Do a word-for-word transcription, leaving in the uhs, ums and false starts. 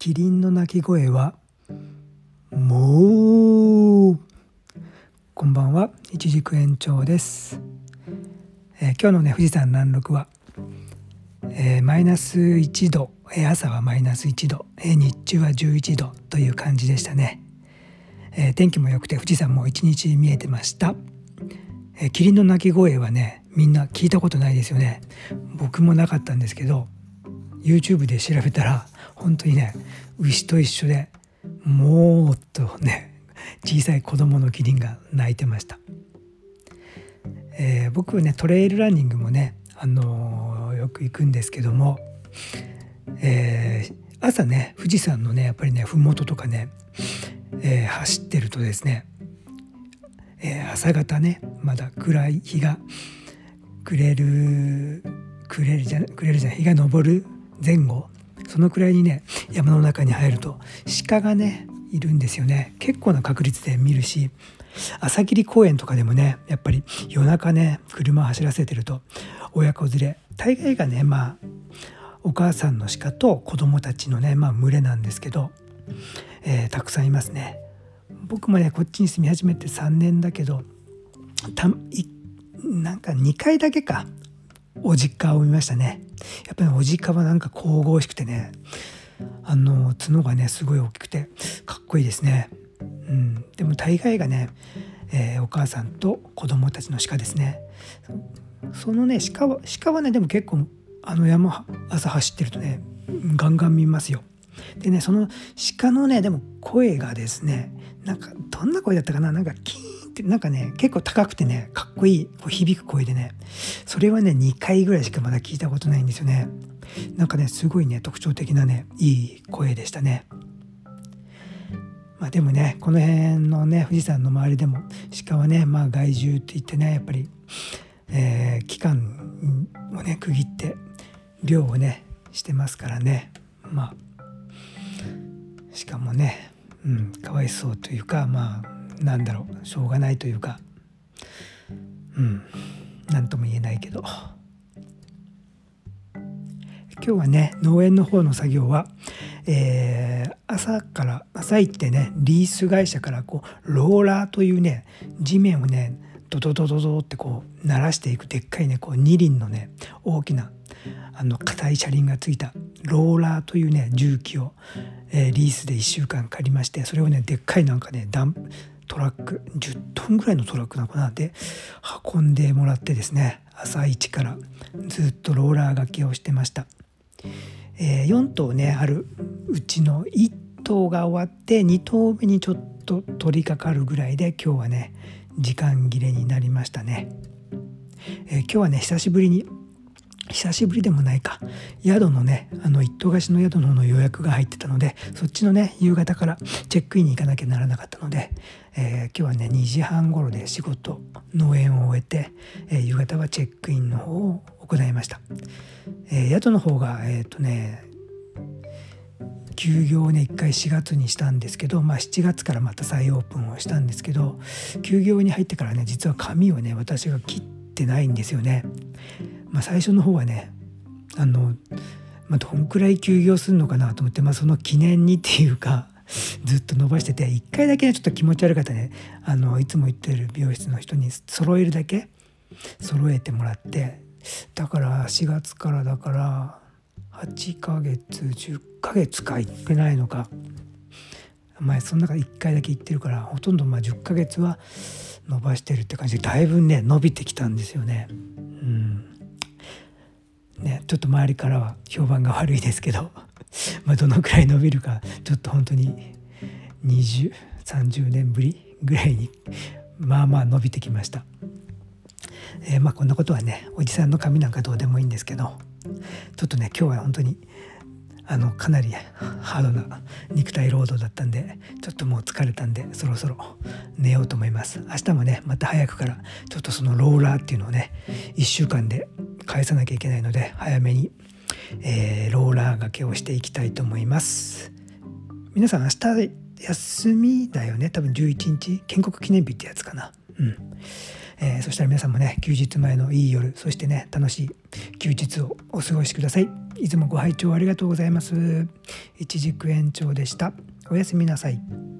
キリンの鳴き声はもう。こんばんは、一軸延長です。えー、今日のね富士山南麓は、えー、マイナスいちど、えー、朝はマイナスいちど、えー、日中はじゅういちどという感じでしたね。えー、天気も良くて富士山も一日見えてました。えー、キリンの鳴き声はね、みんな聞いたことないですよね。僕もなかったんですけど、 YouTube で調べたら本当にね、牛と一緒でもっとね、小さい子供のキリンが鳴いてました。えー、僕はねトレイルランニングもね、あのー、よく行くんですけども、えー、朝ね富士山のねやっぱりね麓とかね、えー、走ってるとですね、えー、朝方ねまだ暗い、日が暮れる暮れるじゃ暮れるじゃ日が昇る前後、そのくらいにね山の中に入ると鹿がねいるんですよね。結構な確率で見るし、朝霧公園とかでもね、やっぱり夜中ね車走らせてると親子連れ、大概がねまあお母さんの鹿と子供たちのねまあ群れなんですけど、えー、たくさんいますね。僕もねこっちに住み始めてさんねんだけど、たいなんかにかいだけかおじかを見ましたね。やっぱりおじかはなんか神々しくてね、あの角がねすごい大きくてかっこいいですね。うん、でも大概がね、えー、お母さんと子供たちの鹿ですね。そのね鹿は鹿はねでも結構あの山朝走ってるとねガンガン見ますよ。でねその鹿のねでも声がですね、なんかどんな声だったかな、なんかキーンってなんかね結構高くてねかっこいいこう響く声でね、それはねにかいぐらいしかまだ聞いたことないんですよね。なんかねすごいね特徴的なねいい声でしたね。まあでもねこの辺のね富士山の周りでも鹿はねまあ害獣って言ってねやっぱり、えー、期間をね区切って猟をねしてますからね、まあ鹿もね、うん、かわいそうというか、まあなんだろう、しょうがないというか、うんなんとも言えないけど、今日はね農園の方の作業は、えー、朝から朝行ってねリース会社からこうローラーというね地面をねドドドドドってこう鳴らしていくでっかいねこう二輪のね大きなあの硬い車輪がついたローラーというね重機を、えー、リースでいっしゅうかん借りまして、それをねでっかいなんかねダントラックじゅっトンぐらいのトラックなのかなで運んでもらってですね、朝一からずっとローラー掛けをしてました。えー、よん頭ねあるうちのいっ頭が終わってに頭目にちょっと取り掛かるぐらいで今日はね時間切れになりましたね。えー、今日はね久しぶりに久しぶりでもないか宿のねあの一棟貸しの宿の方の予約が入ってたので、そっちのね夕方からチェックインに行かなきゃならなかったので、えー、今日はねにじはん頃で仕事農園を終えて、えー、夕方はチェックインの方を行いました。えー、宿の方がえっとね休業をねいっかいしがつにしたんですけど、まあ、しちがつからまた再オープンをしたんですけど、休業に入ってからね実は髪をね私が切ってないんですよね。まあ、最初の方はねあの、まあ、どんくらい休業するのかなと思って、まあ、その記念にっていうかずっと伸ばしてて、いっかいだけ、ね、ちょっと気持ち悪かったね、あのいつも行ってる美容室の人に揃えるだけ揃えてもらって、だからしがつからだからはちかげつじゅっかげつか行ってないのか、まあその中でいっかいだけ行ってるからほとんどまあじゅっかげつは伸ばしてるって感じで、だいぶね伸びてきたんですよね。うんね、ちょっと周りからは評判が悪いですけどまあどのくらい伸びるかちょっと本当ににじゅう、さんじゅうねんぶりぐらいにまあまあ伸びてきました。えー、まあこんなことはねおじさんの髪なんかどうでもいいんですけど、ちょっとね今日は本当にあのかなりハードな肉体労働だったんで、ちょっともう疲れたんでそろそろ寝ようと思います。明日もねまた早くからちょっとそのローラーっていうのをねいっしゅうかんで返さなきゃいけないので、早めに、えー、ローラー掛けをしていきたいと思います。皆さん明日休みだよね、多分じゅういちにち建国記念日ってやつかな。うんえー、そしたら皆さんもね、休日前のいい夜、そしてね、楽しい休日をお過ごしください。いつもご拝聴ありがとうございます。いちじく園長でした。おやすみなさい。